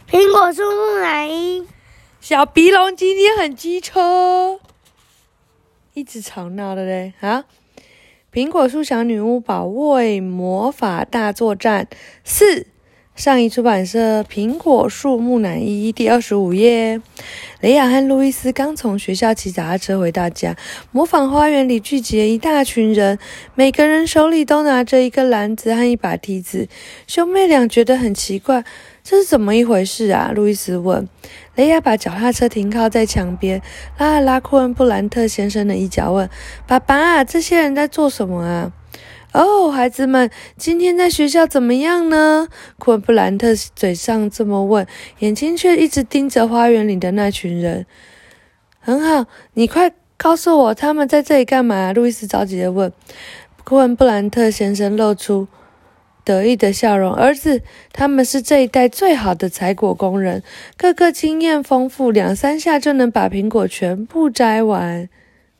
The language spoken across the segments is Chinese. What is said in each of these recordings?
苹果树木乃伊。 小鼻龙今天很机车，一直吵闹的嘞。好，苹果树小女巫保卫魔法大作战4，上一出版社苹果树木乃伊第25页。雷亚和路易斯刚从学校骑脚踏车回到家，模仿花园里聚集了一大群人，每个人手里都拿着一个篮子和一把梯子。兄妹俩觉得很奇怪，这是怎么一回事啊？路易斯问。雷亚把脚踏车停靠在墙边，拉了拉库恩布兰特先生的衣角，问：“爸爸，这些人在做什么啊？”“哦，孩子们，今天在学校怎么样呢？”库恩布兰特嘴上这么问，眼睛却一直盯着花园里的那群人。“很好，你快告诉我他们在这里干嘛？”路易斯着急地问。库恩布兰特先生露出得意的笑容。“儿子，他们是这一带最好的采果工人，个个经验丰富，2-3下就能把苹果全部摘完。”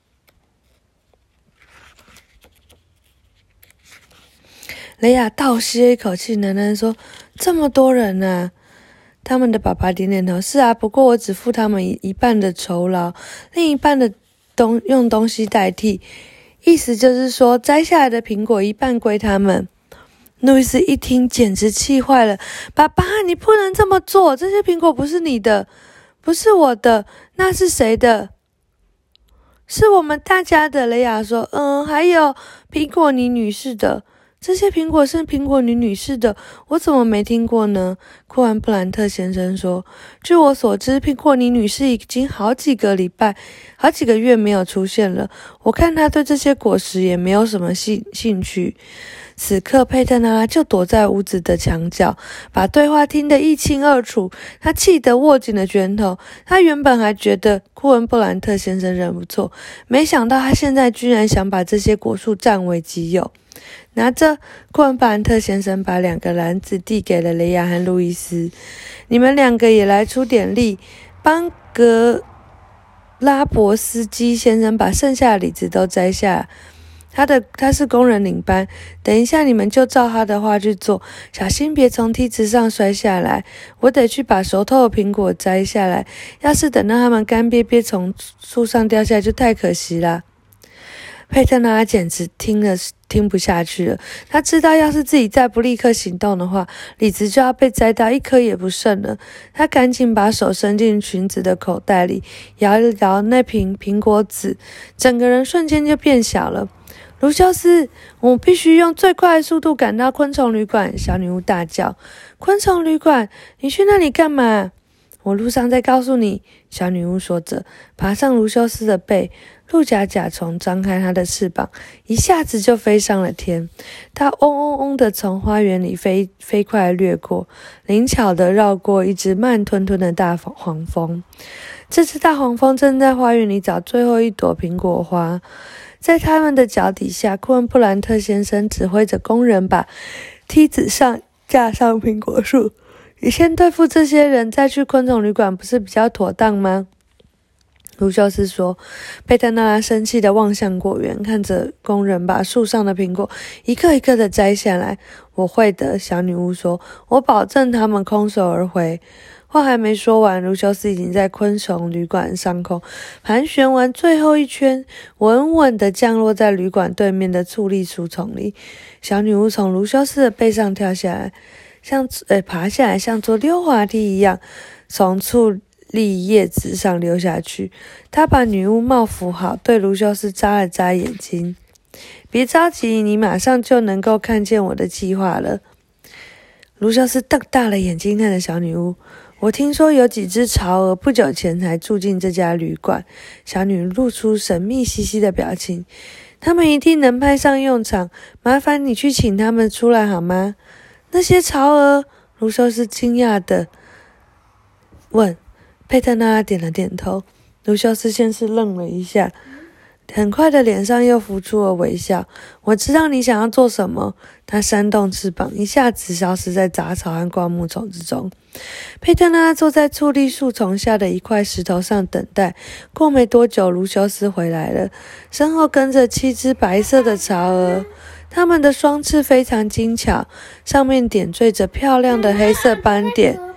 雷亚倒吸了一口气，喃喃说：“这么多人啊！”他们的爸爸点点头：“是啊，不过我只付他们一半的酬劳，另一半的用东西代替。意思就是说，摘下来的苹果一半归他们。”路易斯一听简直气坏了：“爸爸，你不能这么做！这些苹果不是你的，不是我的，那是谁的？”“是我们大家的。”雷亚说。“还有苹果尼女士的。”“这些苹果是苹果女士的，我怎么没听过呢？”库恩布兰特先生说。“据我所知，苹果尼女士已经好几个月没有出现了。我看她对这些果实也没有什么兴趣。”此刻，佩特拉就躲在屋子的墙角，把对话听得一清二楚。他气得握紧了拳头。他原本还觉得库恩布兰特先生人不错，没想到他现在居然想把这些果树占为己有。拿着，库恩布兰特先生把2个篮子递给了雷亚和路易斯。“你们2个也来出点力，帮格拉伯斯基先生把剩下的李子都摘下。他是工人领班，等一下你们就照他的话去做，小心别从梯子上摔下来。我得去把熟透的苹果摘下来，要是等到它们干瘪瘪从树上掉下来就太可惜了。”佩特拉简直听不下去了。他知道要是自己再不立刻行动的话，李子就要被摘到一颗也不剩了。他赶紧把手伸进裙子的口袋里，摇一摇那瓶苹果籽，整个人瞬间就变小了。“卢修斯，我必须用最快的速度赶到昆虫旅馆！”小女巫大叫。“昆虫旅馆？你去那里干嘛？”“我路上再告诉你。”小女巫说着，爬上卢修斯的背。鹿甲甲虫张开它的翅膀，一下子就飞上了天。它嗡嗡嗡地从花园里飞快掠过，灵巧地绕过一只慢吞吞的大黄蜂。这只大黄蜂正在花园里找最后一朵苹果花。在他们的脚底下，库恩布兰特先生指挥着工人把梯子架上苹果树。“你先对付这些人，再去昆虫旅馆，不是比较妥当吗？”卢修斯说。佩特拉生气地望向果园，看着工人把树上的苹果一个一个地摘下来。“我会的。”小女巫说，“我保证他们空手而回。”话还没说完，卢修斯已经在昆虫旅馆上空盘旋完最后一圈，稳稳地降落在旅馆对面的醋栗树丛里。小女巫从卢修斯的背上跳下来，爬下来，像坐溜滑梯一样，从醋栗叶子上溜下去。她把女巫帽扶好，对卢修斯眨了眨眼睛。“别着急，你马上就能够看见我的计划了。”卢修斯瞪大了眼睛看着小女巫。“我听说有几只巢蛾不久前才住进这家旅馆。”小女巫露出神秘兮兮的表情。“他们一定能派上用场，麻烦你去请他们出来好吗？”“那些巢蛾？”卢修斯惊讶地问。佩特拉点了点头。卢修斯先是愣了一下，很快的脸上又浮出了微笑。“我知道你想要做什么。”他扇动翅膀，一下子消失在杂草和灌木丛之中。佩特拉坐在醋栗树丛下的一块石头上等待。过没多久，卢修斯回来了，身后跟着7只白色的巢蛾。它们的双翅非常精巧，上面点缀着漂亮的黑色斑点。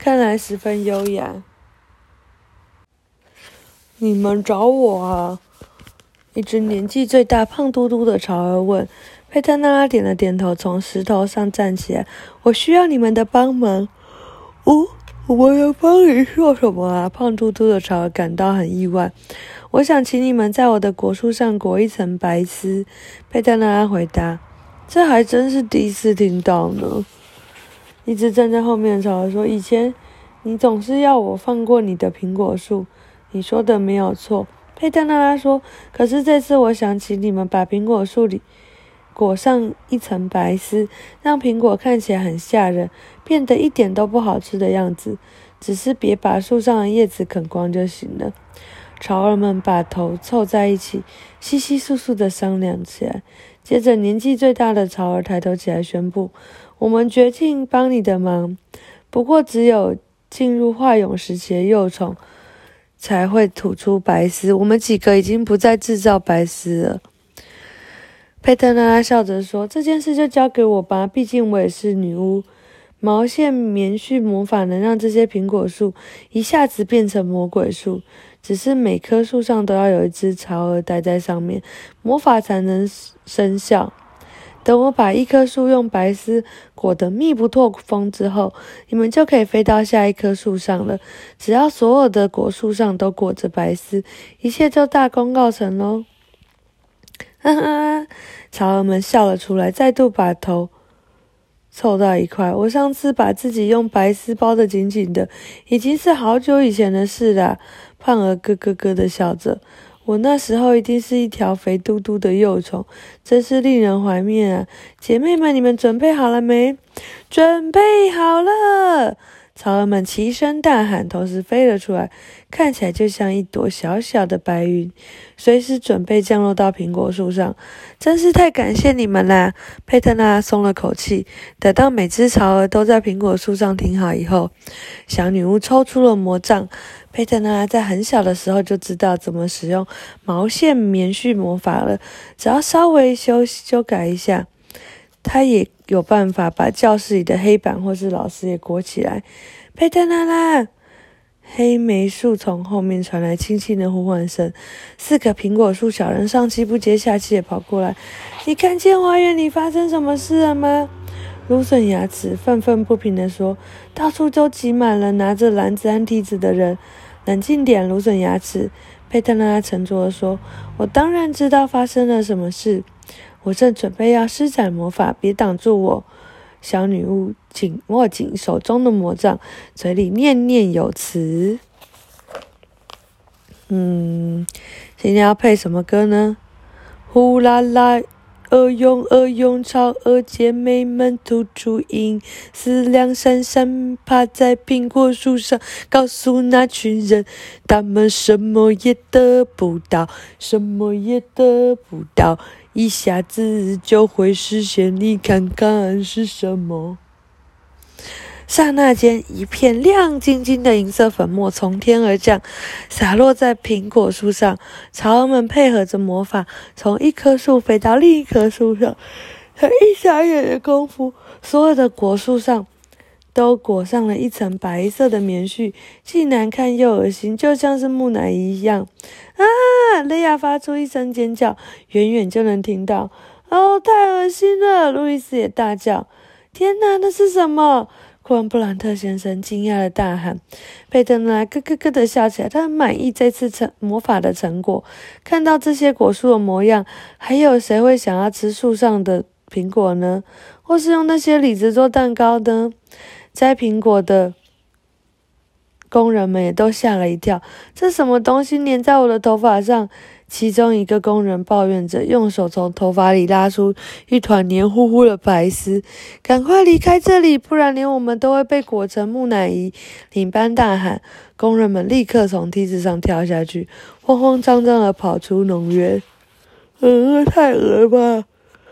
看来十分优雅。你们找我啊？一只年纪最大、胖嘟嘟的潮儿问。佩特娜拉点了点头，从石头上站起来。我需要你们的帮忙。哦，我要帮你做什么啊？胖嘟嘟的潮儿感到很意外。我想请你们在我的果树上裹一层白丝。佩特娜拉回答。这还真是第一次听到呢。一直站在后面的潮儿说，以前你总是要我放过你的苹果树。你说的没有错。佩特娜拉说，可是这次我想请你们把苹果树里裹上一层白丝，让苹果看起来很吓人，变得一点都不好吃的样子。只是别把树上的叶子啃光就行了。潮儿们把头凑在一起，稀稀疏疏地商量起来。接着年纪最大的潮儿抬头起来宣布，我们决定帮你的忙，不过只有进入化蛹时期的幼虫才会吐出白丝，我们几个已经不再制造白丝了。佩特娜拉笑着说，这件事就交给我吧，毕竟我也是女巫。毛线棉絮魔法能让这些苹果树一下子变成魔鬼树，只是每棵树上都要有一只巢儿待在上面，魔法才能生效。等我把一棵树用白丝裹得密不透风之后，你们就可以飞到下一棵树上了。只要所有的果树上都裹着白丝，一切就大功告成咯。哈哈，巢儿们笑了出来，再度把头凑到一块。我上次把自己用白丝包得紧紧的，已经是好久以前的事啦。胖儿咯咯咯地笑着。我那时候一定是一条肥嘟嘟的幼虫，真是令人怀念啊！姐妹们，你们准备好了没？准备好了！巢儿们齐声大喊，同时飞了出来，看起来就像一朵小小的白云，随时准备降落到苹果树上。真是太感谢你们啦！佩特娜松了口气。等到每只巢儿都在苹果树上停好以后，小女巫抽出了魔杖。佩特娜在很小的时候就知道怎么使用毛线棉絮魔法了，只要稍微修改一下，她也有办法把教室里的黑板或是老师也裹起来。佩特娜拉，黑莓树丛后面传来轻轻的呼唤声，4个苹果树小人上气不接下气的跑过来。你看见花园里发生什么事了吗？芦笋牙齿愤愤不平地说，到处都挤满了拿着篮子和梯子的人。冷静点，芦笋牙齿。佩特娜沉着地说，我当然知道发生了什么事，我正准备要施展魔法，别挡住我。小女巫握紧手中的魔杖，嘴里念念有词。今天要配什么歌呢？呼啦啦，鹅用超鹅姐妹们吐出音，思量闪闪趴在苹果树上，告诉那群人，他们什么也得不到，什么也得不到，一下子就会实现，你看看是什么。刹那间，一片亮晶晶的银色粉末从天而降，洒落在苹果树上。巢儿们配合着魔法，从一棵树飞到另一棵树上。才一眨眼的功夫，所有的果树上都裹上了一层白色的棉絮，既难看又恶心，就像是木乃伊一样。啊！雷亚发出一声尖叫，远远就能听到。哦，太恶心了！路易斯也大叫。天哪，那是什么？库恩布兰特先生惊讶的大喊。佩特娜咯咯咯的笑起来，他很满意这次魔法的成果。看到这些果树的模样，还有谁会想要吃树上的苹果呢？或是用那些李子做蛋糕呢？摘苹果的工人们也都吓了一跳，这什么东西粘在我的头发上？其中一个工人抱怨着，用手从头发里拉出一团黏糊糊的白丝。赶快离开这里，不然连我们都会被裹成木乃伊！领班大喊。工人们立刻从梯子上跳下去，慌慌张张地跑出农园。太恶了吧！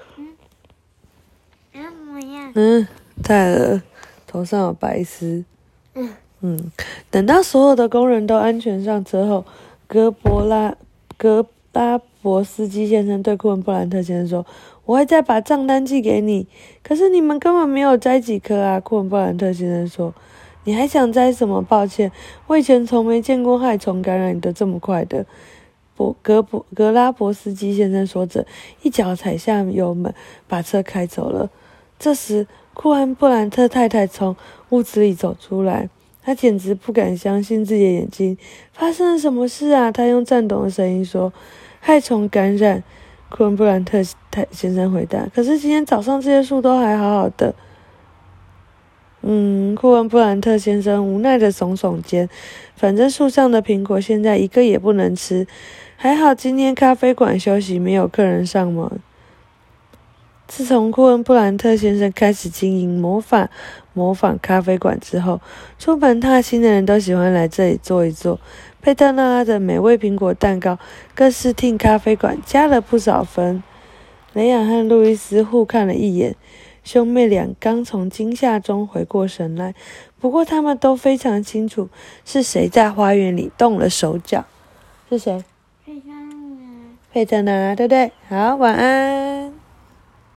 太恶，头上有白丝。等到所有的工人都安全上车后，格拉伯斯基先生对库恩布兰特先生说，我会再把账单寄给你。可是你们根本没有摘几颗啊，库恩布兰特先生说。 你还想摘什么？抱歉，我以前从没见过害虫感染得这么快的。格拉伯斯基先生说着，一脚踩下油门，把车开走了。这时，库恩布兰特太太从屋子里走出来，她简直不敢相信自己的眼睛。发生了什么事啊？她用颤抖的声音说：“害虫感染。”库恩布兰特先生回答：“可是今天早上这些树都还好好的。”库恩布兰特先生无奈地耸耸肩，反正树上的苹果现在一个也不能吃。还好今天咖啡馆休息，没有客人上门。自从库恩布兰特先生开始经营模仿咖啡馆之后，出门踏青的人都喜欢来这里坐一坐。佩特纳拉的美味苹果蛋糕更是替咖啡馆加了不少分。雷亚和路易斯互看了一眼，兄妹俩刚从惊吓中回过神来，不过他们都非常清楚是谁在花园里动了手脚。是谁？佩特纳拉，对不对？好，晚安。